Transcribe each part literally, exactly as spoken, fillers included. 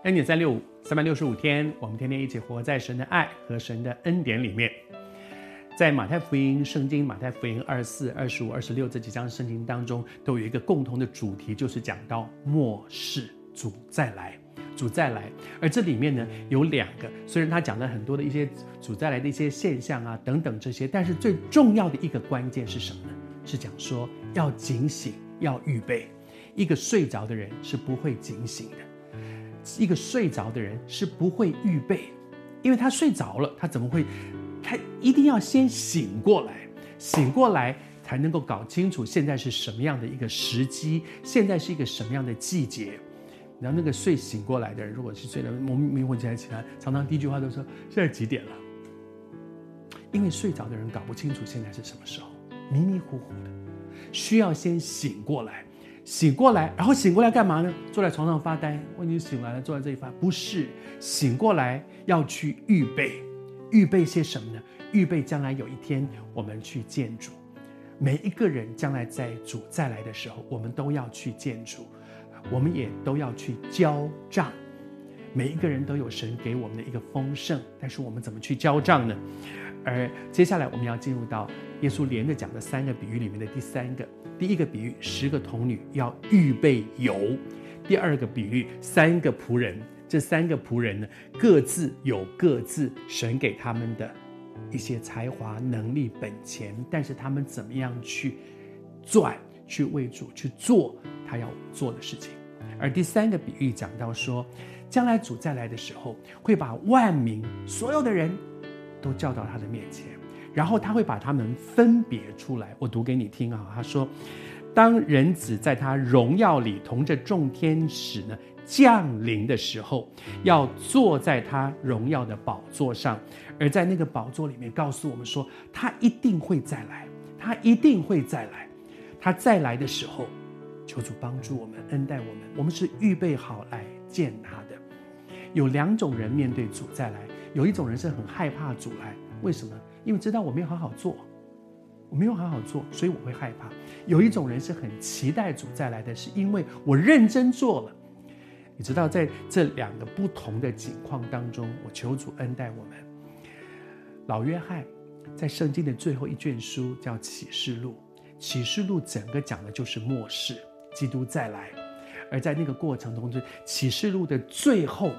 恩典三六五，三百六十五天，我们天天一起活在神的爱和神的恩典里面。在马太福音圣经马太福音二十四、二十五、二十六这几章圣经当中，都有一个共同的主题，就是讲到末世，主再来，主再来。而这里面呢有两个，虽然他讲了很多的一些主再来的一些现象啊等等这些，但是最重要的一个关键是什么呢？是讲说要警醒，要预备。一个睡着的人是不会警醒的，一个睡着的人是不会预备，因为他睡着了，他怎么会？他一定要先醒过来，醒过来才能够搞清楚现在是什么样的一个时机，现在是一个什么样的季节。然后那个睡醒过来的人，如果是睡得蒙迷糊起来起来，常常第一句话都说现在几点了？因为睡着的人搞不清楚现在是什么时候，迷迷糊糊的，需要先醒过来。醒过来，然后醒过来干嘛呢？坐在床上发呆。我已经醒来了，坐在这里发，不是醒过来要去预备，预备些什么呢？预备将来有一天我们去见主。每一个人将来在主再来的时候，我们都要去见主，我们也都要去交账。每一个人都有神给我们的一个丰盛，但是我们怎么去交账呢？而接下来我们要进入到耶稣连着讲的三个比喻里面的第三个。第一个比喻，十个童女要预备油；第二个比喻，三个仆人，这三个仆人呢，各自有各自神给他们的一些才华、能力、本钱，但是他们怎么样去赚、去为主去做他要做的事情。而第三个比喻讲到说，将来主再来的时候，会把万民所有的人都叫到他的面前，然后他会把他们分别出来。我读给你听啊，他说，当人子在他荣耀里同着众天使呢降临的时候，要坐在他荣耀的宝座上，而在那个宝座里面告诉我们说，他一定会再来，他一定会再来。他再来的时候，求主帮助我们，恩待我们，我们是预备好来见他的。有两种人面对主再来，有一种人是很害怕主来，为什么？因为知道我没有好好做，我没有好好做，所以我会害怕。有一种人是很期待主再来的，是因为我认真做了。你知道，在这两个不同的境况当中，我求主恩待我们。老约翰在圣经的最后一卷书叫启示录，启示录整个讲的就是末世，基督再来。而在那个过程中，启示录的最后，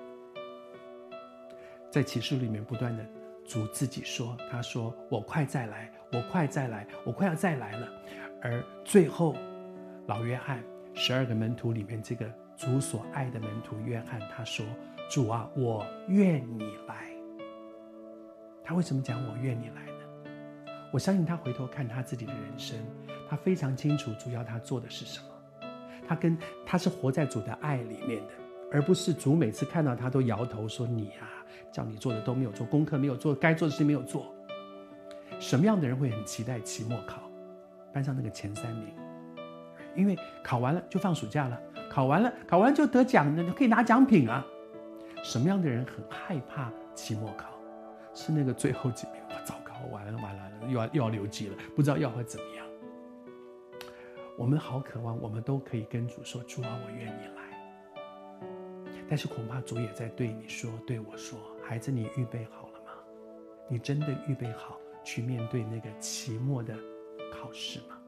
在启示录里面不断的主自己说，他说我快再来，我快再来，我快要再来了。而最后老约翰十二个门徒里面，这个主所爱的门徒约翰，他说，主啊，我愿你来。他为什么讲我愿你来呢？我相信他回头看他自己的人生，他非常清楚主要他做的是什么。他跟他是活在主的爱里面的，而不是主每次看到他都摇头说，你啊，叫你做的都没有做，功课没有做，该做的事没有做。什么样的人会很期待期末考班上那个前三名？因为考完了就放暑假了，考完了考完了就得奖了，可以拿奖品啊。什么样的人很害怕期末考？是那个最后几名，哇，糟糕，完了完了，又要又要留级了，不知道要会怎么样。我们好渴望，我们都可以跟主说，主啊，我愿你来。但是恐怕主也在对你说，对我说，孩子，你预备好了吗？你真的预备好去面对那个期末的考试吗？